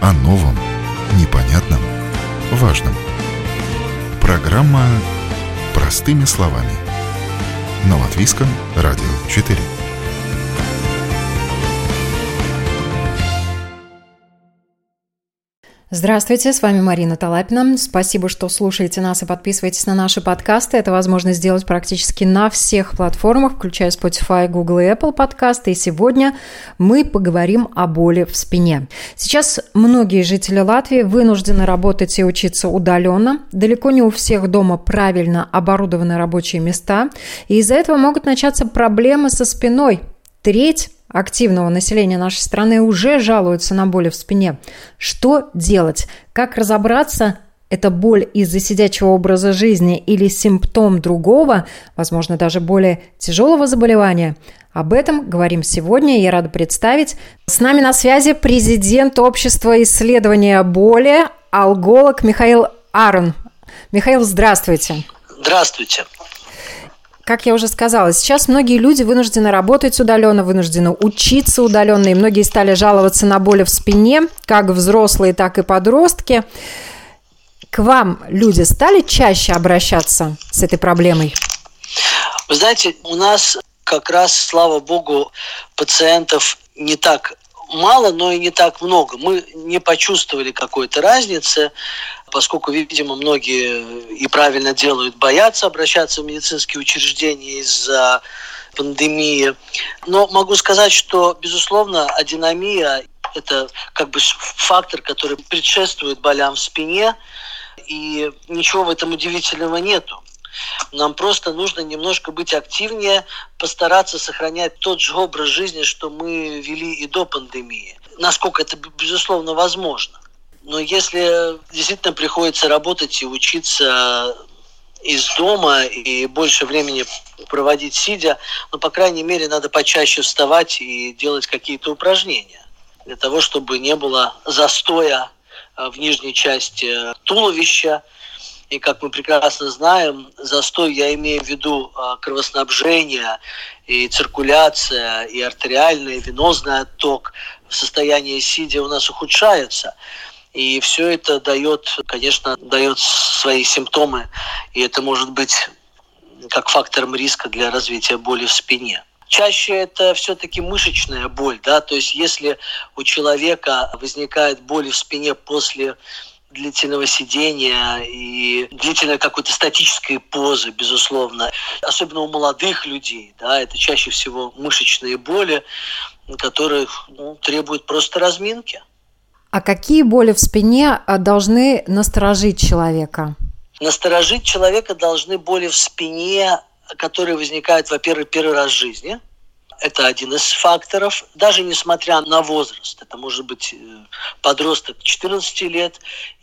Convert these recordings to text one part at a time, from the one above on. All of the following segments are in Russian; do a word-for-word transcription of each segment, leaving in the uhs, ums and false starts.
О новом, непонятном, важном. Программа «Простыми словами» на Латвийском радио четыре. Здравствуйте, с вами Марина Талапина. Спасибо, что слушаете нас и подписываетесь на наши подкасты. Это возможно сделать практически на всех платформах, включая Spotify, Google и Apple подкасты. И сегодня мы поговорим о боли в спине. Сейчас многие жители Латвии вынуждены работать и учиться удаленно. Далеко не у всех дома правильно оборудованы рабочие места. И из-за этого могут начаться проблемы со спиной. Треть активного населения нашей страны уже жалуются на боли в спине. Что делать? Как разобраться, это боль из-за сидячего образа жизни или симптом другого, возможно, даже более тяжелого заболевания? Об этом говорим сегодня. Я рада представить. С нами на связи президент Общества исследования боли, алголог Михаил Арон. Михаил, здравствуйте. Здравствуйте. Как я уже сказала, сейчас многие люди вынуждены работать удаленно, вынуждены учиться удаленно, и многие стали жаловаться на боли в спине, как взрослые, так и подростки. К вам люди стали чаще обращаться с этой проблемой? Вы знаете, у нас как раз, слава богу, пациентов не так мало, но и не так много. Мы не почувствовали какой-то разницы, поскольку, видимо, многие и правильно делают, боятся обращаться в медицинские учреждения из-за пандемии. Но могу сказать, что, безусловно, адинамия – это как бы фактор, который предшествует болям в спине, и ничего в этом удивительного нету. Нам просто нужно немножко быть активнее, постараться сохранять тот же образ жизни, что мы вели и до пандемии, насколько это, безусловно, возможно. Но если действительно приходится работать и учиться из дома и больше времени проводить сидя, ну, по крайней мере, надо почаще вставать и делать какие-то упражнения для того, чтобы не было застоя в нижней части туловища. И, как мы прекрасно знаем, застой, я имею в виду кровоснабжение и циркуляция, и артериальный, и венозный отток в состоянии сидя у нас ухудшается. И все это дает, конечно, дает свои симптомы, и это может быть как фактором риска для развития боли в спине. Чаще это все-таки мышечная боль, да, то есть если у человека возникает боль в спине после длительного сидения и длительной какой-то статической позы, безусловно, особенно у молодых людей, да, это чаще всего мышечные боли, которые ну, требуют просто разминки. А какие боли в спине должны насторожить человека? Насторожить человека должны боли в спине, которые возникают, во-первых, первый раз в жизни. Это один из факторов, даже несмотря на возраст. Это может быть подросток четырнадцати лет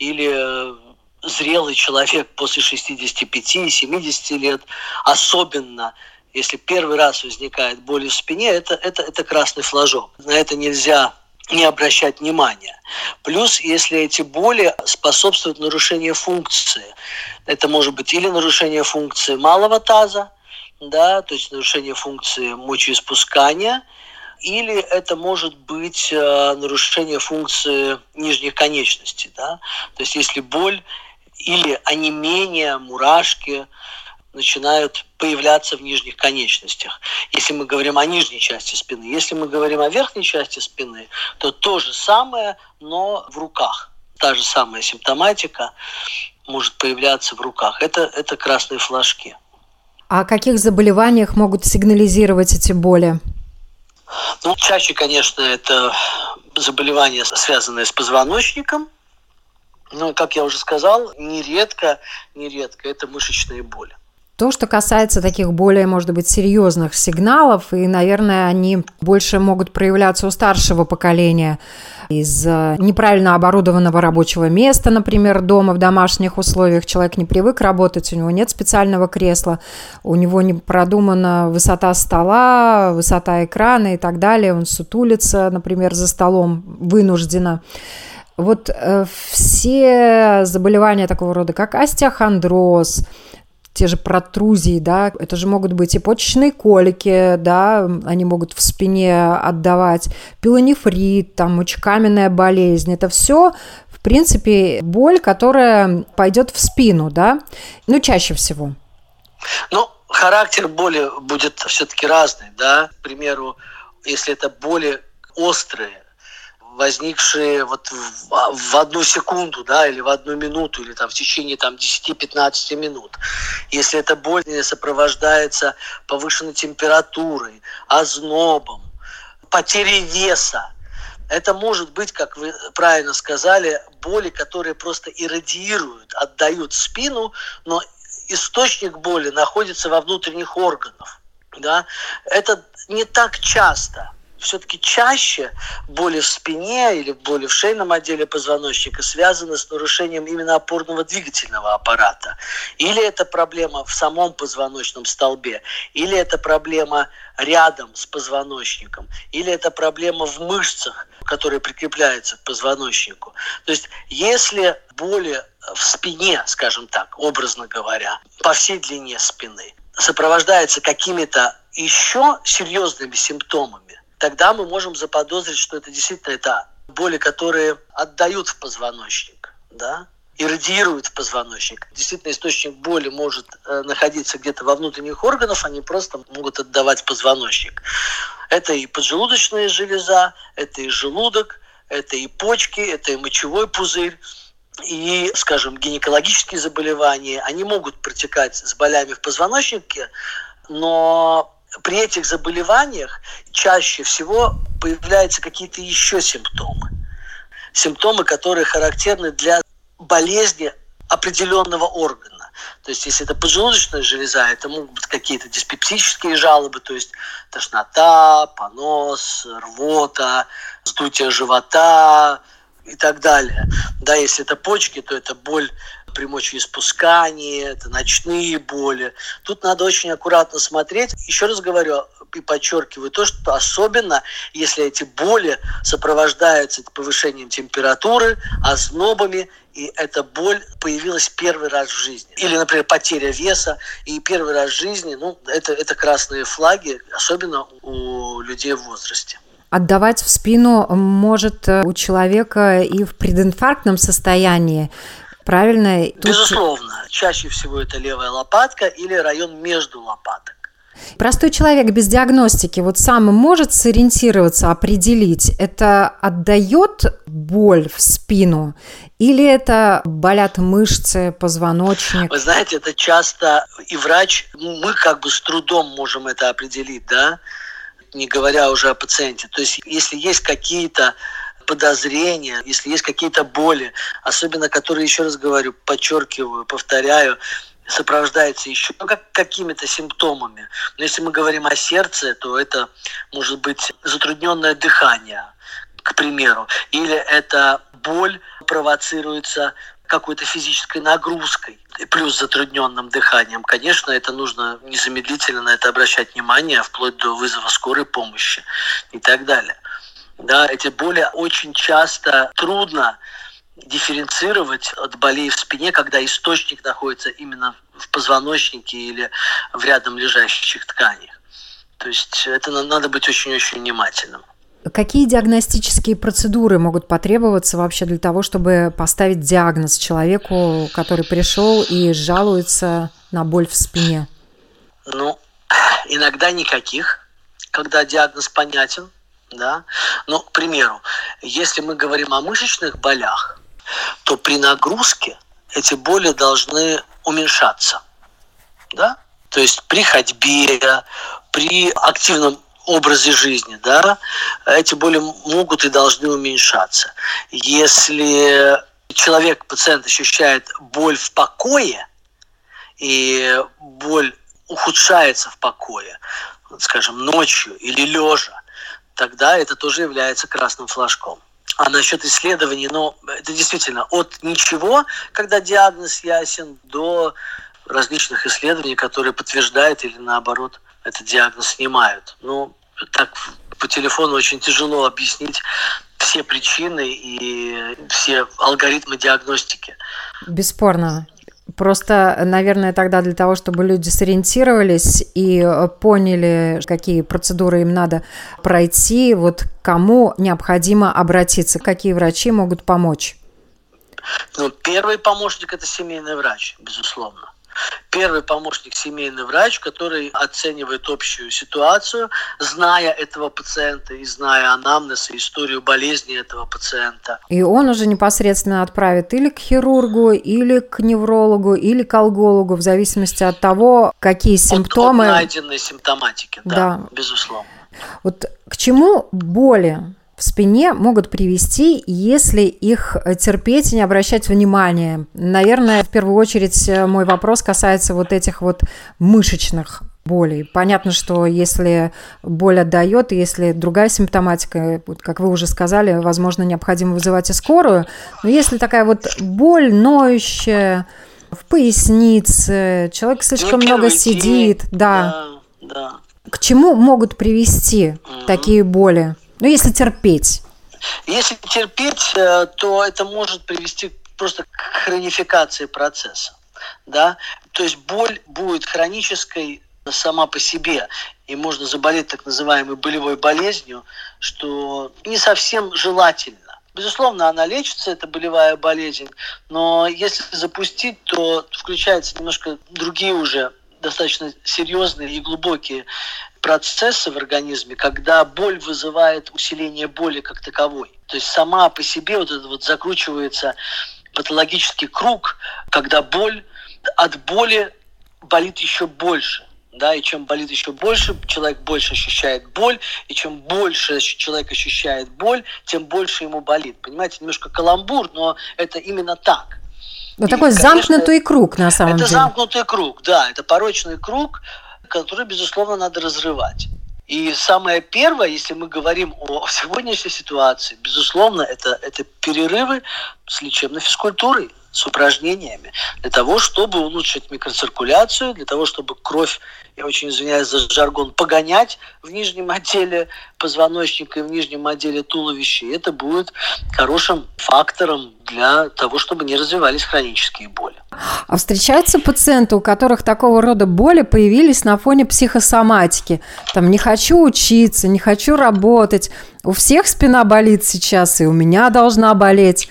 или зрелый человек после шестидесяти пяти - семидесяти лет. Особенно, если первый раз возникает боль в спине, это, это, это красный флажок. На это нельзя не обращать внимания. Плюс, если эти боли способствуют нарушению функции. Это может быть или нарушение функции малого таза, да, то есть нарушение функции мочеиспускания, или это может быть э, нарушение функции нижних конечностей, да, то есть если боль или онемение, мурашки начинают появляться в нижних конечностях. Если мы говорим о нижней части спины, если мы говорим о верхней части спины, то то же самое, но в руках. Та же самая симптоматика может появляться в руках. Это, это красные флажки. А о каких заболеваниях могут сигнализировать эти боли? Ну, чаще, конечно, это заболевания, связанные с позвоночником. Но, как я уже сказал, нередко, нередко это мышечные боли. То, что касается таких более, может быть, серьезных сигналов, и, наверное, они больше могут проявляться у старшего поколения из неправильно оборудованного рабочего места, например, дома в домашних условиях. Человек не привык работать, у него нет специального кресла, у него не продумана высота стола, высота экрана и так далее. Он сутулится, например, за столом вынужденно. Вот э, все заболевания такого рода, как остеохондроз, те же протрузии, да, это же могут быть и почечные колики, да, они могут в спине отдавать, пилонефрит, там, мочекаменная болезнь, это все, в принципе, боль, которая пойдет в спину, да, ну, чаще всего. Ну, характер боли будет все-таки разный, да, к примеру, если это боли острые, возникшие вот в, в одну секунду, да, или в одну минуту, или там в течение там десять-пятнадцать минут. Если эта боль сопровождается повышенной температурой, ознобом, потерей веса, это может быть, как вы правильно сказали, боли, которые просто иррадиируют, отдают в спину, но источник боли находится во внутренних органах. Да? Это не так часто. Все-таки чаще боли в спине или боли в шейном отделе позвоночника связаны с нарушением именно опорного двигательного аппарата. Или это проблема в самом позвоночном столбе, или это проблема рядом с позвоночником, или это проблема в мышцах, которые прикрепляются к позвоночнику. То есть если боли в спине, скажем так, образно говоря, по всей длине спины, сопровождается какими-то еще серьезными симптомами, тогда мы можем заподозрить, что это действительно это боли, которые отдают в позвоночник, да, и радиируют в позвоночник. Действительно, источник боли может э, находиться где-то во внутренних органах, они просто могут отдавать в позвоночник. Это и поджелудочная железа, это и желудок, это и почки, это и мочевой пузырь. И, скажем, гинекологические заболевания, они могут протекать с болями в позвоночнике, но при этих заболеваниях чаще всего появляются какие-то еще симптомы. Симптомы, которые характерны для болезни определенного органа. То есть, если это поджелудочная железа, это могут быть какие-то диспептические жалобы, то есть тошнота, понос, рвота, вздутие живота и так далее. Да, если это почки, то это боль при мочеиспускании, это ночные боли. Тут надо очень аккуратно смотреть. Еще раз говорю и подчеркиваю то, что особенно, если эти боли сопровождаются повышением температуры, ознобами, и эта боль появилась первый раз в жизни. Или, например, потеря веса, и первый раз в жизни, ну, это, это красные флаги, особенно у людей в возрасте. Отдавать в спину может у человека и в прединфарктном состоянии. Правильно? Тут... Безусловно. Чаще всего это левая лопатка или район между лопаток. Простой человек без диагностики вот сам может сориентироваться, определить, это отдает боль в спину или это болят мышцы, позвоночник? Вы знаете, это часто и врач, мы как бы с трудом можем это определить, да, не говоря уже о пациенте. То есть если есть какие-то подозрения, если есть какие-то боли, особенно которые, еще раз говорю, подчеркиваю, повторяю, сопровождается еще как, какими-то симптомами. Но если мы говорим о сердце, то это может быть затрудненное дыхание, к примеру, или это боль провоцируется какой-то физической нагрузкой, плюс затрудненным дыханием. Конечно, это нужно незамедлительно на это обращать внимание, вплоть до вызова скорой помощи и так далее. Да, эти боли очень часто трудно дифференцировать от болей в спине, когда источник находится именно в позвоночнике или в рядом лежащих тканях. То есть это надо быть очень-очень внимательным. Какие диагностические процедуры могут потребоваться вообще для того, чтобы поставить диагноз человеку, который пришел и жалуется на боль в спине? Ну, иногда никаких, когда диагноз понятен. Да? Ну, к примеру, если мы говорим о мышечных болях, то при нагрузке эти боли должны уменьшаться. Да? То есть при ходьбе, при активном образе жизни, да, эти боли могут и должны уменьшаться. Если человек, пациент ощущает боль в покое, и боль ухудшается в покое, скажем, ночью или лежа, тогда это тоже является красным флажком. А насчет исследований, ну, это действительно от ничего, когда диагноз ясен, до различных исследований, которые подтверждают или наоборот этот диагноз снимают. Ну, так по телефону очень тяжело объяснить все причины и все алгоритмы диагностики. Бесспорно. Просто, наверное, тогда для того, чтобы люди сориентировались и поняли, какие процедуры им надо пройти, вот к кому необходимо обратиться, какие врачи могут помочь? Ну, первый помощник – это семейный врач, безусловно. Первый помощник – семейный врач, который оценивает общую ситуацию, зная этого пациента и зная анамнез и историю болезни этого пациента. И он уже непосредственно отправит или к хирургу, или к неврологу, или к алгологу, в зависимости от того, какие симптомы. От, от найденной симптоматики, да, да, безусловно. Вот к чему боли в спине могут привести, если их терпеть и не обращать внимания? Наверное, в первую очередь мой вопрос касается вот этих вот мышечных болей. Понятно, что если боль отдает, и если другая симптоматика, вот как вы уже сказали, возможно, необходимо вызывать и скорую, но если такая вот боль ноющая в пояснице, человек слишком не много сидит, день. да, да, да. К чему могут привести угу. такие боли? Ну, если терпеть. Если терпеть, то это может привести просто к хронификации процесса. Да? То есть боль будет хронической сама по себе, и можно заболеть так называемой болевой болезнью, что не совсем желательно. Безусловно, она лечится, это болевая болезнь, но если запустить, то включаются немножко другие уже достаточно серьезные и глубокие процессы в организме, когда боль вызывает усиление боли как таковой. То есть сама по себе вот это вот закручивается патологический круг, когда боль от боли болит еще больше. Да, и чем болит еще больше, человек больше ощущает боль, и чем больше человек ощущает боль, тем больше ему болит. Понимаете, немножко каламбур, но это именно так. Ну, такой конечно, замкнутый круг, на самом это деле. Это замкнутый круг, да, это порочный круг, который, безусловно, надо разрывать. И самое первое, если мы говорим о сегодняшней ситуации, безусловно, это, это перерывы с лечебной физкультурой, с упражнениями, для того, чтобы улучшить микроциркуляцию, для того, чтобы кровь, я очень извиняюсь за жаргон, погонять в нижнем отделе позвоночника и в нижнем отделе туловища. И это будет хорошим фактором для того, чтобы не развивались хронические боли. А встречаются пациенты, у которых такого рода боли появились на фоне психосоматики? Там не хочу учиться, не хочу работать. У всех спина болит сейчас, и у меня должна болеть.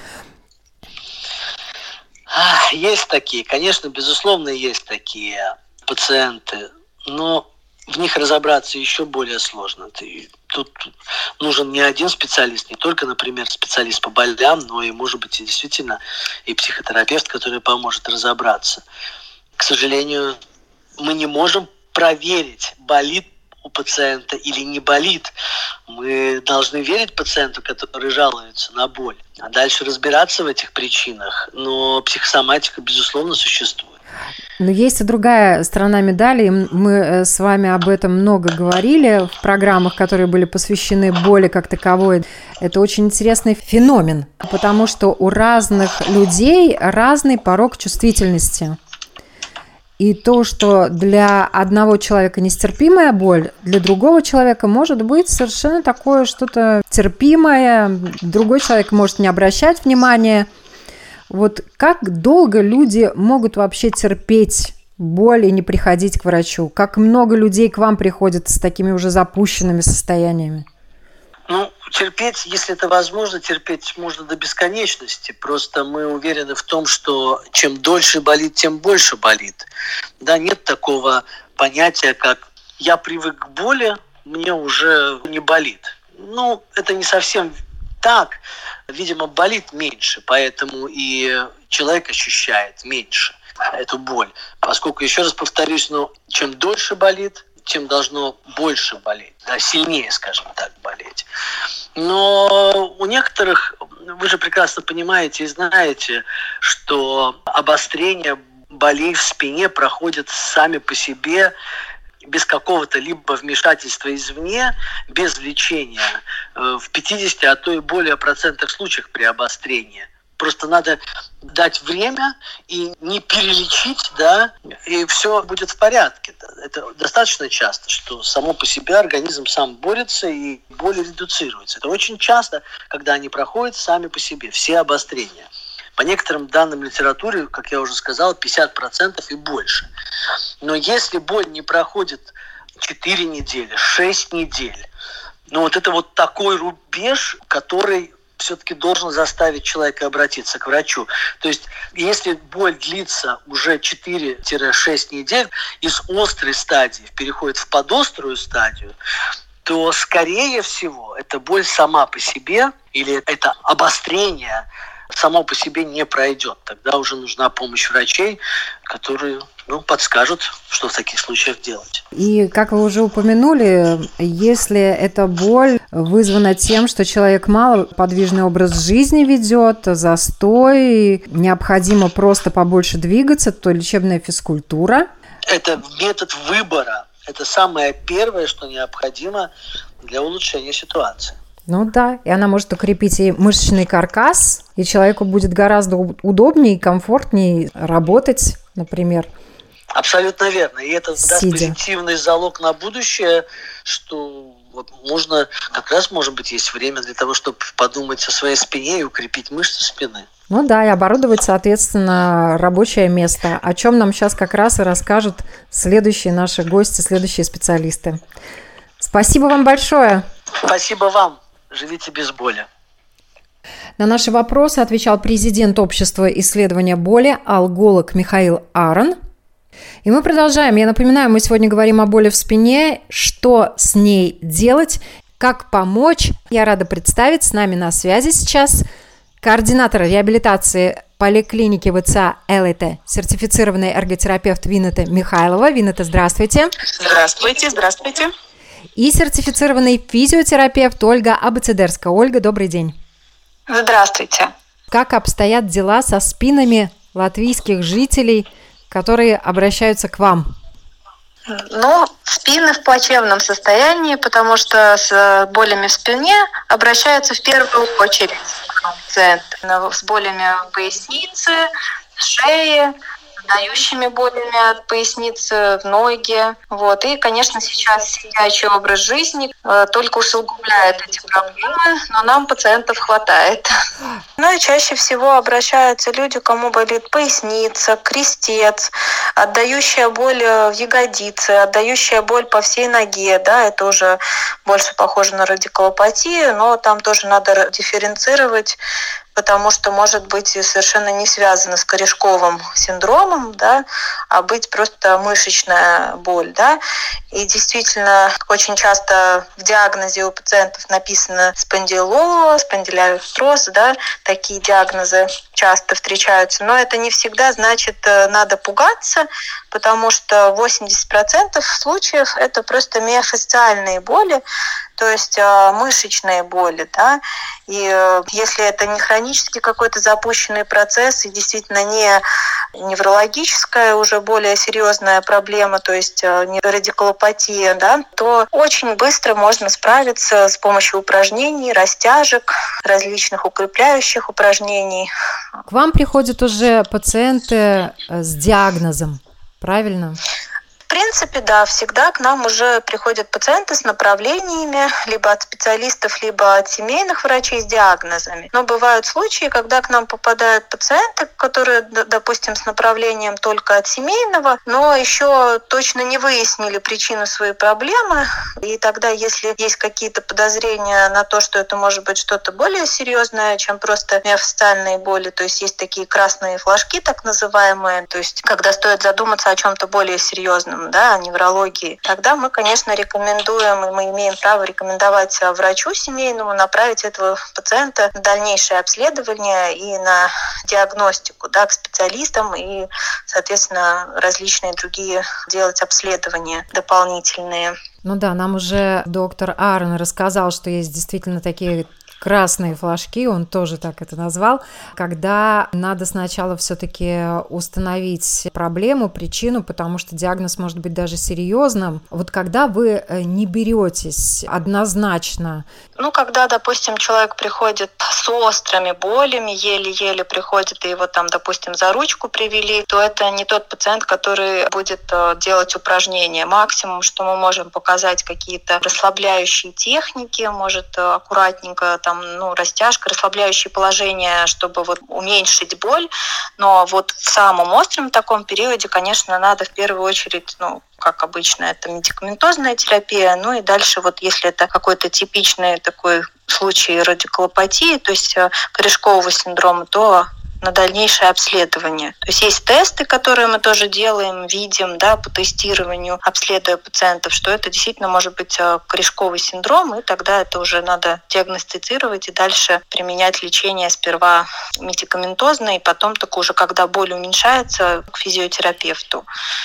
Есть такие, конечно, безусловно, есть такие пациенты, но в них разобраться еще более сложно. Тут нужен не один специалист, не только, например, специалист по болям, но и, может быть, и действительно и психотерапевт, который поможет разобраться. К сожалению, мы не можем проверить, болит у пациента или не болит. Мы должны верить пациенту, который жалуется на боль, а дальше разбираться в этих причинах. Но психосоматика, безусловно, существует. Но есть и другая сторона медали. Мы с вами об этом много говорили в программах, которые были посвящены боли как таковой. Это очень интересный феномен, потому что у разных людей разный порог чувствительности. И то, что для одного человека нестерпимая боль, для другого человека может быть совершенно такое что-то терпимое, другой человек может не обращать внимания. Вот как долго люди могут вообще терпеть боль и не приходить к врачу? Как много людей к вам приходят с такими уже запущенными состояниями? Ну, терпеть, если это возможно, терпеть можно до бесконечности. Просто мы уверены в том, что чем дольше болит, тем больше болит. Да, нет такого понятия, как «я привык к боли, мне уже не болит». Ну, это не совсем так. Видимо, болит меньше, поэтому и человек ощущает меньше эту боль. Поскольку, еще раз повторюсь, ну, чем дольше болит, тем должно больше болеть, да, сильнее, скажем так, болеть. Но у некоторых, вы же прекрасно понимаете и знаете, что обострение болей в спине проходят сами по себе без какого-то либо вмешательства извне, без лечения, в пятидесяти, а то и более процентных случаях при обострении. Просто надо дать время и не перелечить, да, и все будет в порядке. Это достаточно часто, что само по себе организм сам борется и боль редуцируется. Это очень часто, когда они проходят сами по себе, все обострения. По некоторым данным литературы, как я уже сказал, пятьдесят процентов и больше. Но если боль не проходит четыре недели, шесть недель, ну вот это вот такой рубеж, который все-таки должен заставить человека обратиться к врачу. То есть, если боль длится уже четыре-шесть недель, из острой стадии переходит в подострую стадию, то, скорее всего, эта боль сама по себе или это обострение само по себе не пройдет. Тогда уже нужна помощь врачей, которые ну, подскажут, что в таких случаях делать. И, как вы уже упомянули, если эта боль вызвана тем, что человек малоподвижный образ жизни ведет, застой, необходимо просто побольше двигаться, то лечебная физкультура. Это метод выбора. Это самое первое, что необходимо для улучшения ситуации. Ну да, и она может укрепить и мышечный каркас, и человеку будет гораздо удобнее и комфортнее работать, например. Абсолютно верно. И это сидя. Даст позитивный залог на будущее, что вот можно, как раз, может быть, есть время для того, чтобы подумать о своей спине и укрепить мышцы спины. Ну да, и оборудовать, соответственно, рабочее место, о чем нам сейчас как раз и расскажут следующие наши гости, следующие специалисты. Спасибо вам большое. Спасибо вам. Живите без боли. На наши вопросы отвечал президент общества исследования боли, алголог Михаил Арон. И мы продолжаем. Я напоминаю, мы сегодня говорим о боли в спине, что с ней делать, как помочь. Я рада представить, с нами на связи сейчас координатор реабилитации поликлиники ВЦА ЛТ, сертифицированный эрготерапевт Вината Михайлова. Вината, здравствуйте. Здравствуйте, здравствуйте. И сертифицированный физиотерапевт Ольга Абацедерская. Ольга, добрый день. Здравствуйте. Как обстоят дела со спинами латвийских жителей, которые обращаются к вам? Ну, спины в плачевном состоянии, потому что с болями в спине обращаются в первую очередь пациенты с болями в пояснице, шее, дающими болями от поясницы в ноги. Вот. И, конечно, сейчас сидячий образ жизни э, только усугубляет эти проблемы, но нам пациентов хватает. Ну и чаще всего обращаются люди, кому болит поясница, крестец, отдающая боль в ягодице, отдающая боль по всей ноге. Да, это уже больше похоже на радикулопатию, но там тоже надо дифференцировать, потому что может быть совершенно не связано с корешковым синдромом, да, а быть просто мышечная боль. Да. И действительно, очень часто в диагнозе у пациентов написано спондилоз, спондилоартроз, да, такие диагнозы часто встречаются, но это не всегда значит, надо пугаться, потому что восемьдесят процентов случаев это просто миофасциальные боли, то есть мышечные боли, да, и если это не хронический какой-то запущенный процесс и действительно не неврологическая, уже более серьезная проблема, то есть не радикулопатия, да, то очень быстро можно справиться с помощью упражнений, растяжек, различных укрепляющих упражнений. К вам приходят уже пациенты с диагнозом, правильно? В принципе, да, всегда к нам уже приходят пациенты с направлениями либо от специалистов, либо от семейных врачей с диагнозами. Но бывают случаи, когда к нам попадают пациенты, которые, допустим, с направлением только от семейного, но еще точно не выяснили причину своей проблемы. И тогда, если есть какие-то подозрения на то, что это может быть что-то более серьезное, чем просто миофасциальные боли, то есть есть такие красные флажки, так называемые, то есть когда стоит задуматься о чем-то более серьезном, да, о неврологии, тогда мы, конечно, рекомендуем, и мы имеем право рекомендовать врачу семейному направить этого пациента на дальнейшее обследование и на диагностику, да, к специалистам и, соответственно, различные другие делать обследования дополнительные. Ну да, нам уже доктор Арон рассказал, что есть действительно такие красные флажки, он тоже так это назвал, когда надо сначала все-таки установить проблему, причину, потому что диагноз может быть даже серьезным. Вот когда вы не беретесь однозначно? Ну, когда, допустим, человек приходит с острыми болями, еле-еле приходит, и его там, допустим, за ручку привели, то это не тот пациент, который будет делать упражнения. Максимум, что мы можем показать, какие-то расслабляющие техники, может аккуратненько там там, ну, растяжка, расслабляющие положения, чтобы вот уменьшить боль. Но вот в самом остром таком периоде, конечно, надо в первую очередь, ну, как обычно, это медикаментозная терапия. Ну и дальше вот если это какой-то типичный такой случай радикулопатии, то есть корешкового синдрома, то на дальнейшее обследование. То есть есть тесты, которые мы тоже делаем, видим, да, по тестированию, обследуя пациентов, что это действительно может быть корешковый синдром, и тогда это уже надо диагностицировать и дальше применять лечение сперва медикаментозное, и потом только уже, когда боль уменьшается, к физиотерапевту.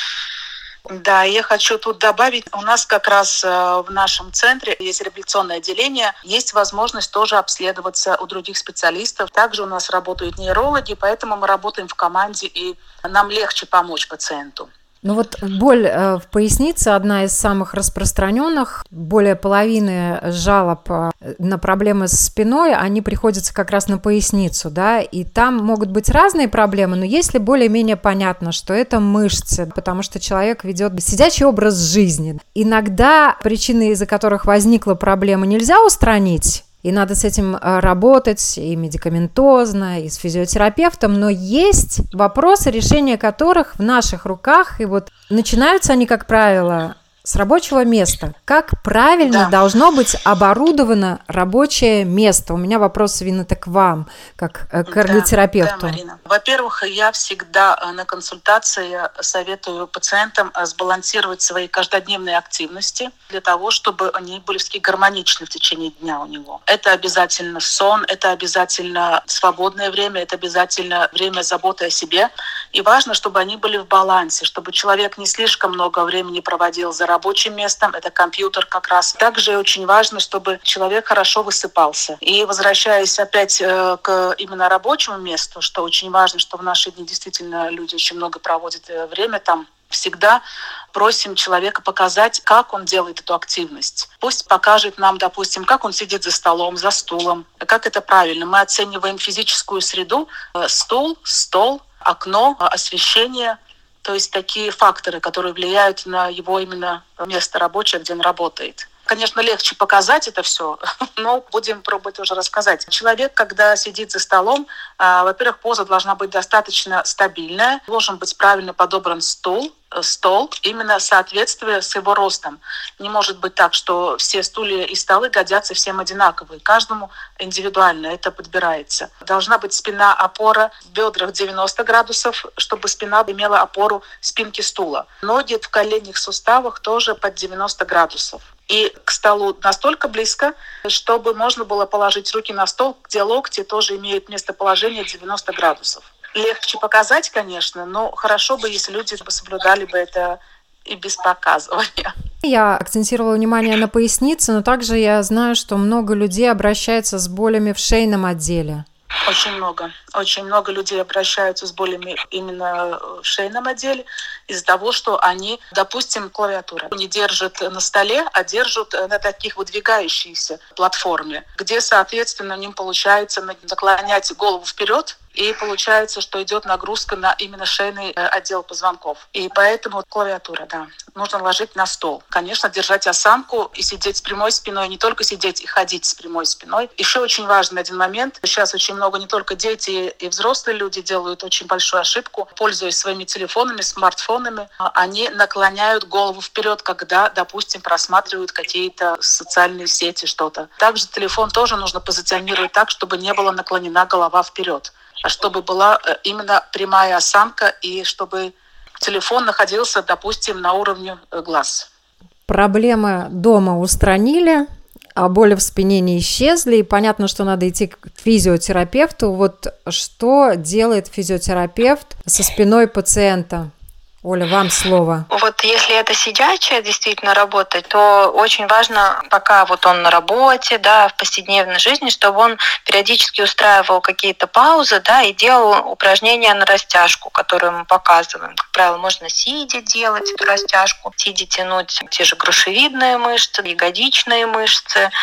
Да, я хочу тут добавить, у нас как раз в нашем центре есть реабилитационное отделение, есть возможность тоже обследоваться у других специалистов. Также у нас работают нейрологи, поэтому мы работаем в команде, и нам легче помочь пациенту. Ну вот боль в пояснице одна из самых распространенных. Более половины жалоб на проблемы с спиной, они приходятся как раз на поясницу, да, и там могут быть разные проблемы, но если более-менее понятно, что это мышцы, потому что человек ведет сидячий образ жизни. Иногда причины, из-за которых возникла проблема, нельзя устранить, и надо с этим работать и медикаментозно, и с физиотерапевтом, но есть вопросы, решения которых в наших руках, и вот начинаются они, как правило, с рабочего места. Как правильно да. должно быть оборудовано рабочее место? У меня вопрос, Вината, к вам, как к кардиотерапевту. Да, да, Марина. Во-первых, я всегда на консультации советую пациентам сбалансировать свои каждодневные активности для того, чтобы они были все-таки гармоничны в течение дня у него. Это обязательно сон, это обязательно свободное время, это обязательно время заботы о себе. И важно, чтобы они были в балансе, чтобы человек не слишком много времени проводил за работой, рабочим местом, это компьютер как раз. Также очень важно, чтобы человек хорошо высыпался. И возвращаясь опять к именно рабочему месту, что очень важно, что в наши дни действительно люди очень много проводят время там, всегда просим человека показать, как он делает эту активность. Пусть покажет нам, допустим, как он сидит за столом, за стулом, как это правильно. Мы оцениваем физическую среду, стул, стол, окно, освещение. То есть такие факторы, которые влияют на его именно место рабочее, где он работает. Конечно, легче показать это все, но будем пробовать уже рассказать. Человек, когда сидит за столом, во-первых, поза должна быть достаточно стабильная, должен быть правильно подобран стул, стол, именно соответствие с его ростом. Не может быть так, что все стулья и столы годятся всем одинаковые. Каждому индивидуально это подбирается. Должна быть спина, опора в бедрах девяносто градусов, чтобы спина имела опору спинки стула. Ноги в коленных суставах тоже под девяносто градусов. И к столу настолько близко, чтобы можно было положить руки на стол, где локти тоже имеют местоположение девяносто градусов. Легче показать, конечно, но хорошо бы, если люди соблюдали бы это и без показывания. Я акцентировала внимание на пояснице, но также я знаю, что много людей обращаются с болями в шейном отделе. Очень много. Очень много людей обращаются с болями именно в шейном отделе из-за того, что они, допустим, клавиатура не держат на столе, а держат на таких выдвигающейся платформе, где, соответственно, им получается наклонять голову вперед, и получается, что идет нагрузка на именно шейный отдел позвонков. И поэтому клавиатура, да, нужно ложить на стол. Конечно, держать осанку и сидеть с прямой спиной, не только сидеть и ходить с прямой спиной. Еще очень важный один момент. Сейчас очень много не только дети и взрослые люди делают очень большую ошибку, пользуясь своими телефонами, смартфонами. Они наклоняют голову вперед, когда, допустим, просматривают какие-то социальные сети, что-то. Также телефон тоже нужно позиционировать так, чтобы не была наклонена голова вперед, а чтобы была именно прямая осанка и чтобы телефон находился, допустим, на уровне глаз. Проблемы дома устранили, а боли в спине не исчезли, и понятно, что надо идти к физиотерапевту. Вот что делает физиотерапевт со спиной пациента? Оля, вам слово. Вот если это сидячая действительно работа, то очень важно, пока вот он на работе, да, в повседневной жизни, чтобы он периодически устраивал какие-то паузы, да, и делал упражнения на растяжку, которые мы показываем. Как правило, можно сидя делать эту растяжку, сидя тянуть те же грушевидные мышцы, ягодичные мышцы.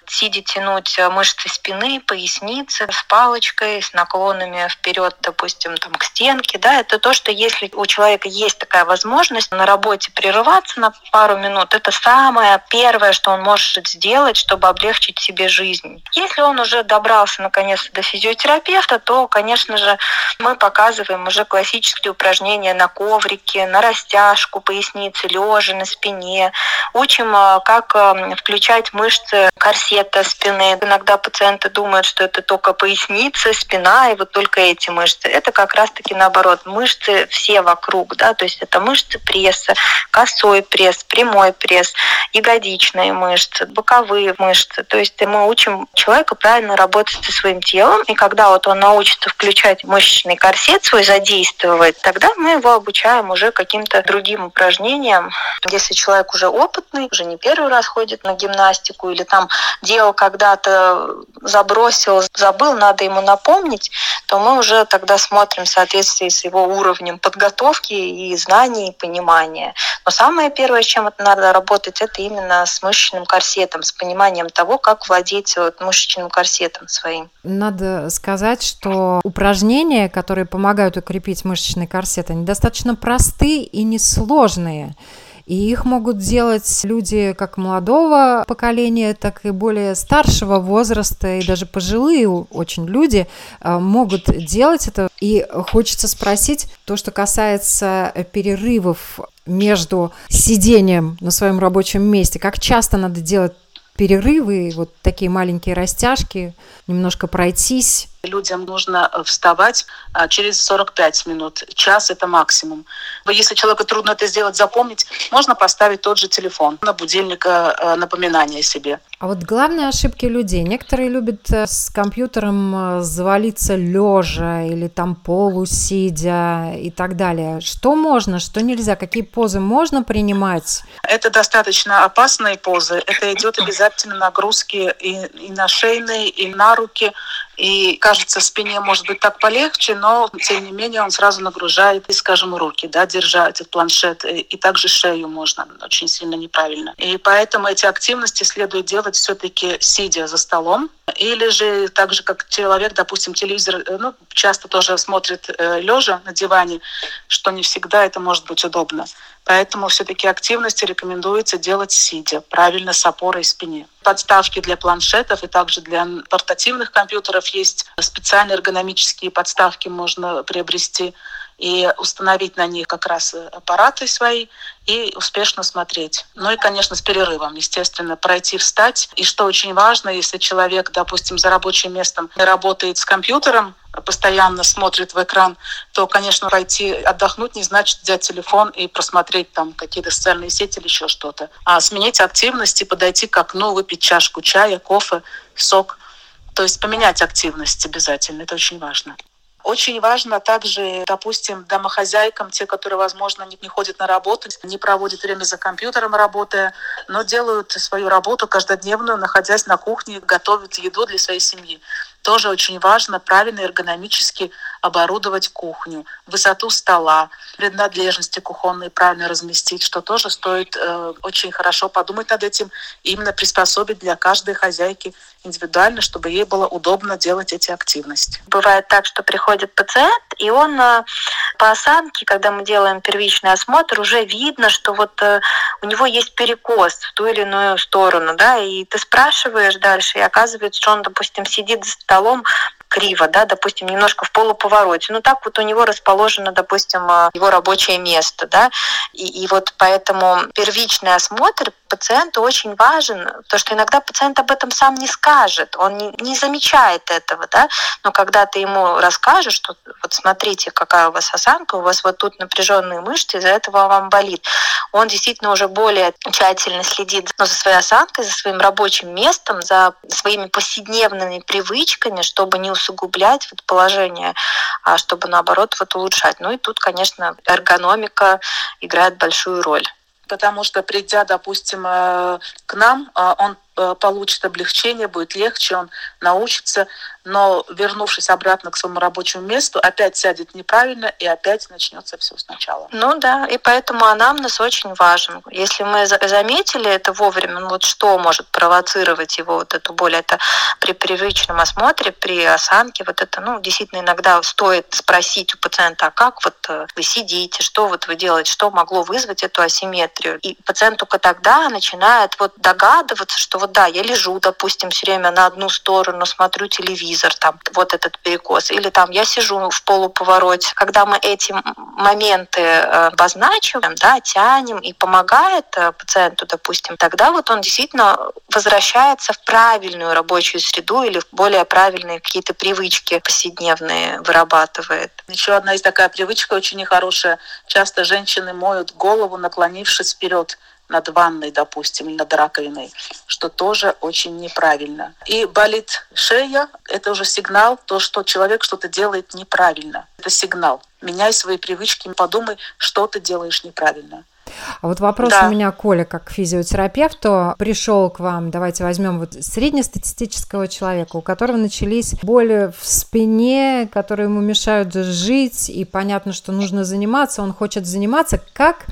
сидя тянуть мышцы спины, поясницы с палочкой, с наклонами вперед, допустим, там, к стенке. Да, это то, что если у человека есть такая возможность на работе прерываться на пару минут, это самое первое, что он может сделать, чтобы облегчить себе жизнь. Если он уже добрался наконец до физиотерапевта, то, конечно же, мы показываем уже классические упражнения на коврике, на растяжку поясницы, лежа на спине. Учим, как включать мышцы корсета спины. Иногда пациенты думают, что это только поясница, спина и вот только эти мышцы. Это как раз-таки наоборот. Мышцы все вокруг, да, то есть это мышцы пресса, косой пресс, прямой пресс, ягодичные мышцы, боковые мышцы. То есть мы учим человека правильно работать со своим телом, и когда вот он научится включать мышечный корсет свой, задействовать, тогда мы его обучаем уже каким-то другим упражнениям. Если человек уже опытный, уже не первый раз ходит на гимнастику или там делал когда-то, забросил, забыл, надо ему напомнить, то мы уже тогда смотрим в соответствии с его уровнем подготовки и знаний, и понимания. Но самое первое, с чем это надо работать, это именно с мышечным корсетом, с пониманием того, как владеть вот мышечным корсетом своим. Надо сказать, что упражнения, которые помогают укрепить мышечный корсет, они достаточно простые и несложные. И их могут делать люди как молодого поколения, так и более старшего возраста, и даже пожилые очень люди могут делать это. И хочется спросить, то, что касается перерывов между сидением на своем рабочем месте, как часто надо делать перерывы, вот такие маленькие растяжки, немножко пройтись? Людям нужно вставать через сорок пять минут. Час – это максимум. Если человеку трудно это сделать, запомнить, можно поставить тот же телефон на будильник, напоминание себе. А вот главные ошибки людей. Некоторые любят с компьютером завалиться лежа или там полусидя и так далее. Что можно, что нельзя? Какие позы можно принимать? Это достаточно опасные позы. Это идет обязательно нагрузки и, и на шейные, и на руки. И кажется, спине может быть так полегче, но тем не менее он сразу нагружает, и, скажем, руки, да, держа этот планшет, и, и также шею можно очень сильно неправильно. И поэтому эти активности следует делать все-таки сидя за столом, или же так же, как человек, допустим, телевизор, ну, часто тоже смотрит э, лежа на диване, что не всегда это может быть удобно. Поэтому все-таки активности рекомендуется делать сидя, правильно с опорой в спине. Подставки для планшетов и также для портативных компьютеров есть специальные эргономические подставки, можно приобрести и установить на них как раз аппараты свои и успешно смотреть. Ну и, конечно, с перерывом, естественно, пройти, встать. И что очень важно, если человек, допустим, за рабочим местом работает с компьютером, постоянно смотрит в экран, то, конечно, пойти отдохнуть не значит взять телефон и просмотреть там какие-то социальные сети или еще что-то. А сменить активность и подойти к окну, выпить чашку чая, кофе, сок. То есть поменять активность обязательно, это очень важно. Очень важно также, допустим, домохозяйкам, те, которые, возможно, не ходят на работу, не проводят время за компьютером работая, но делают свою работу каждодневную, находясь на кухне, готовят еду для своей семьи. Тоже очень важно правильно эргономически оборудовать кухню, высоту стола, принадлежности кухонные правильно разместить, что тоже стоит э, очень хорошо подумать над этим, и именно приспособить для каждой хозяйки индивидуально, чтобы ей было удобно делать эти активности. Бывает так, что приходит пациент, и он по осанке, когда мы делаем первичный осмотр, уже видно, что вот у него есть перекос в ту или иную сторону, да, и ты спрашиваешь дальше, и оказывается, что он, допустим, сидит за столом криво, да, допустим, немножко в полуповороте. Ну, так вот у него расположено, допустим, его рабочее место, да, и, и вот поэтому первичный осмотр пациенту очень важен, потому что иногда пациент об этом сам не скажет, он не, не замечает этого, да, но когда ты ему расскажешь, что вот смотрите, какая у вас осанка, у вас вот тут напряженные мышцы, из-за этого вам болит, он действительно уже более тщательно следит, ну, за своей осанкой, за своим рабочим местом, за своими повседневными привычками, чтобы не усугублять вот положение, а чтобы наоборот вот улучшать. Ну и тут, конечно, эргономика играет большую роль. Потому что, придя, допустим, к нам, он получит облегчение, будет легче, он научится, но, вернувшись обратно к своему рабочему месту, опять сядет неправильно, и опять начнется все сначала. Ну да, и поэтому анамнез очень важен. Если мы заметили это вовремя, ну вот что может провоцировать его вот эту боль, это при привычном осмотре, при осанке, вот это, ну, действительно иногда стоит спросить у пациента, а как вот вы сидите, что вот вы делаете, что могло вызвать эту асимметрию. И пациент только тогда начинает вот догадываться, что вот да, я лежу, допустим, все время на одну сторону, смотрю телевизор, там, вот этот перекос, или там я сижу в полуповороте. Когда мы эти моменты обозначиваем, да, тянем и помогает пациенту, допустим, тогда вот он действительно возвращается в правильную рабочую среду или в более правильные какие-то привычки повседневные вырабатывает. Еще одна есть такая привычка очень нехорошая. Часто женщины моют голову, наклонившись вперед над ванной, допустим, или над раковиной, что тоже очень неправильно. И болит шея, это уже сигнал, то, что человек что-то делает неправильно. Это сигнал. Меняй свои привычки, подумай, что ты делаешь неправильно. А вот вопрос да. у меня, Коля, как к физиотерапевту, пришел к вам. Давайте возьмем вот среднестатистического человека, у которого начались боли в спине, которые ему мешают жить, и понятно, что нужно заниматься, он хочет заниматься. Как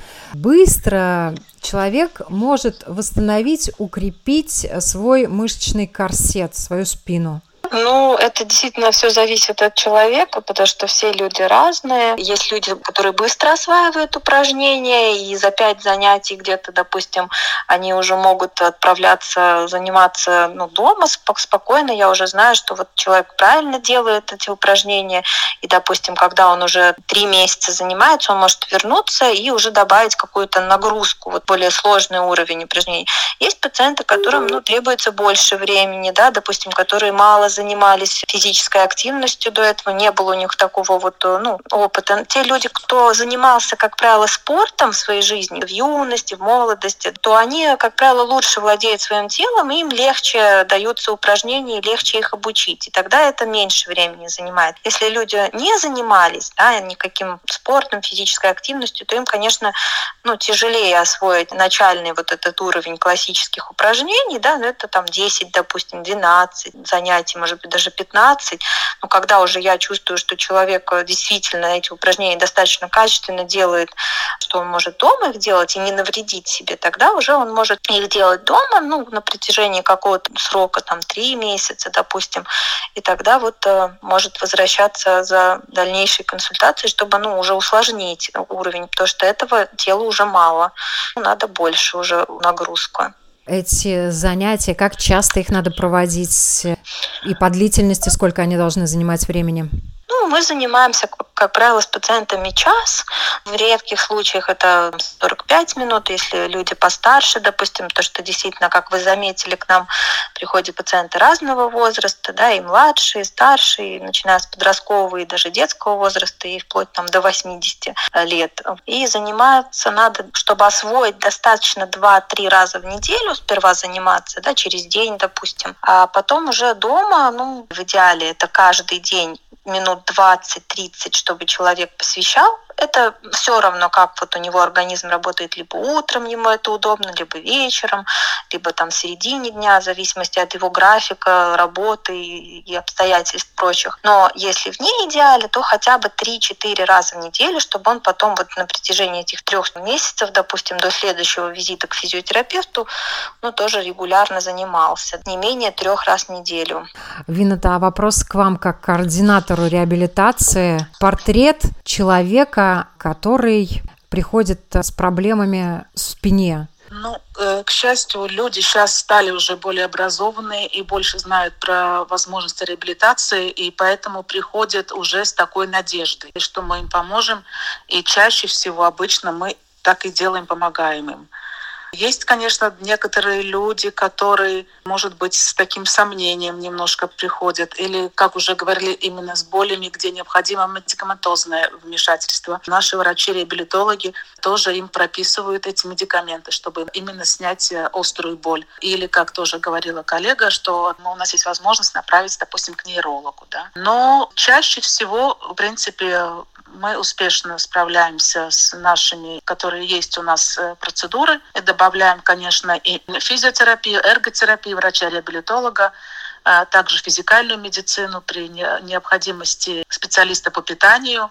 быстро человек может восстановить, укрепить свой мышечный корсет, свою спину? Ну, это действительно все зависит от человека, потому что все люди разные. Есть люди, которые быстро осваивают упражнения, и за пять занятий где-то, допустим, они уже могут отправляться заниматься ну, дома спокойно. Я уже знаю, что вот человек правильно делает эти упражнения, и, допустим, когда он уже три месяца занимается, он может вернуться и уже добавить какую-то нагрузку, вот более сложный уровень упражнений. Есть пациенты, которым ну, требуется больше времени, да, допустим, которые мало занимались физической активностью до этого, не было у них такого вот ну, опыта. Те люди, кто занимался, как правило, спортом в своей жизни, в юности, в молодости, то они, как правило, лучше владеют своим телом, и им легче даются упражнения, легче их обучить. И тогда это меньше времени занимает. Если люди не занимались да, никаким спортом, физической активностью, то им, конечно, ну, тяжелее освоить начальный вот этот уровень классических упражнений, да, но это там десять, допустим, двенадцать занятий, может быть, даже пятнадцать. Но когда уже я чувствую, что человек действительно эти упражнения достаточно качественно делает, что он может дома их делать и не навредить себе, тогда уже он может их делать дома, ну, на протяжении какого-то срока, там, три месяца, допустим, и тогда вот э, может возвращаться за дальнейшей консультацией, чтобы, ну, уже усложнить уровень, потому что этого тела уже мало, надо больше уже нагрузку. Эти занятия, как часто их надо проводить и по длительности, сколько они должны занимать времени? Ну, мы занимаемся, как правило, с пациентами час. В редких случаях это сорок пять минут. Если люди постарше, допустим, то, что действительно, как вы заметили, к нам приходят пациенты разного возраста, да, и младшие, и старшие, начиная с подросткового и даже детского возраста, и вплоть там, до восьмидесяти лет. И заниматься надо, чтобы освоить достаточно два-три раза в неделю, сперва заниматься, да, через день, допустим, а потом уже дома, ну, в идеале это каждый день минут двадцать-тридцать, чтобы человек посвящал. Это все равно, как вот у него организм работает, либо утром ему это удобно, либо вечером, либо там в середине дня, в зависимости от его графика, работы и обстоятельств прочих. Но если вне идеале, то хотя бы три-четыре раза в неделю, чтобы он потом вот на протяжении этих трех месяцев, допустим, до следующего визита к физиотерапевту, ну, тоже регулярно занимался. Не менее трех раз в неделю. Вината, а вопрос к вам как координатору реабилитации. Портрет человека, который приходит с проблемами в спине. Ну, к счастью, люди сейчас стали уже более образованные и больше знают про возможности реабилитации, и поэтому приходят уже с такой надеждой, что мы им поможем, и чаще всего обычно мы так и делаем, помогаем им. Есть, конечно, некоторые люди, которые, может быть, с таким сомнением немножко приходят, или, как уже говорили, именно с болями, где необходимо медикаментозное вмешательство. Наши врачи-реабилитологи тоже им прописывают эти медикаменты, чтобы именно снять острую боль. Или, как тоже говорила коллега, что ну, у нас есть возможность направить, допустим, к нейрологу. Да? Но чаще всего, в принципе, мы успешно справляемся с нашими, которые есть у нас, процедуры. И добавляем, конечно, и физиотерапию, эрготерапию, врача-реабилитолога, а также физикальную медицину при необходимости специалиста по питанию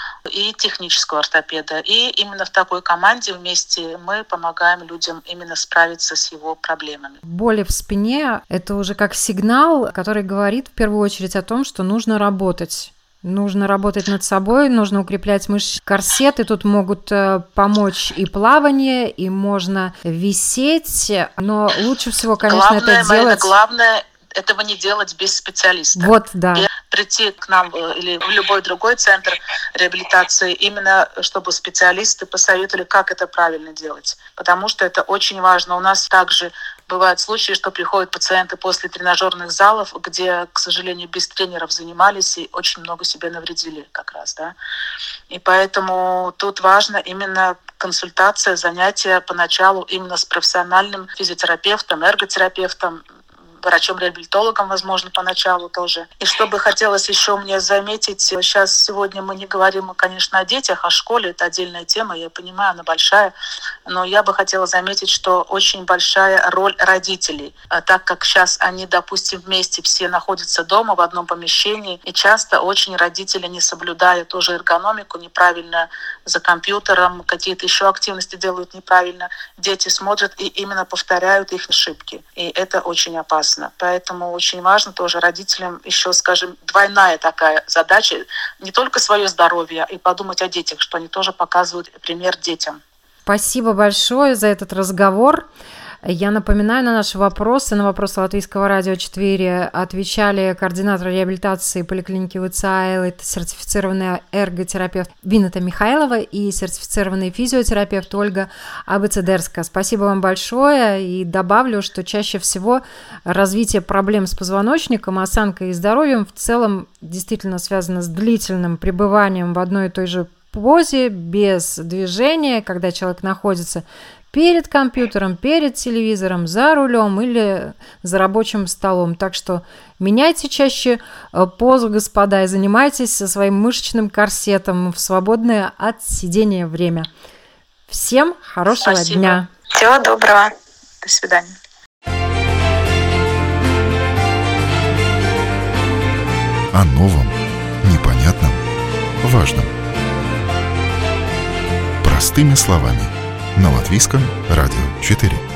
и технического ортопеда. И именно в такой команде вместе мы помогаем людям именно справиться с его проблемами. Боли в спине – это уже как сигнал, который говорит в первую очередь о том, что нужно работать. Нужно работать над собой, нужно укреплять мышцы, корсеты. Тут могут помочь и плавание, и можно висеть. Но лучше всего, конечно, главное, это делать... Марина, главное этого не делать без специалиста. Вот, да. И прийти к нам или в любой другой центр реабилитации, именно чтобы специалисты посоветовали, как это правильно делать. Потому что это очень важно. У нас также бывают случаи, что приходят пациенты после тренажерных залов, где, к сожалению, без тренеров занимались и очень много себе навредили как раз. Да? И поэтому тут важно именно консультация, занятия поначалу именно с профессиональным физиотерапевтом, эрготерапевтом, врачом-реабилитологом, возможно, поначалу тоже. И что бы хотелось еще мне заметить, сейчас сегодня мы не говорим, конечно, о детях, о школе, это отдельная тема, я понимаю, она большая, но я бы хотела заметить, что очень большая роль родителей, так как сейчас они, допустим, вместе все находятся дома в одном помещении, и часто очень родители, не соблюдая тоже эргономику, неправильно за компьютером, какие-то еще активности делают неправильно, дети смотрят и именно повторяют их ошибки, и это очень опасно. Поэтому очень важно тоже родителям еще, скажем, двойная такая задача, не только свое здоровье, и подумать о детях, что они тоже показывают пример детям. Спасибо большое за этот разговор. Я напоминаю, на наши вопросы, на вопросы Латвийского радио четыре отвечали координатор реабилитации поликлиники ВЦАЭЛ, это сертифицированный эрготерапевт Вината Михайлова и сертифицированный физиотерапевт Ольга Абецедерская. Спасибо вам большое, и добавлю, что чаще всего развитие проблем с позвоночником, осанкой и здоровьем в целом действительно связано с длительным пребыванием в одной и той же позе, без движения, когда человек находится перед компьютером, перед телевизором, за рулем или за рабочим столом. Так что меняйте чаще позу, господа, и занимайтесь со своим мышечным корсетом в свободное от сидения время. Всем хорошего Спасибо. Дня. Всего доброго. До свидания. О новом, непонятном, важном. Простыми словами. На Латвийском радио четыре.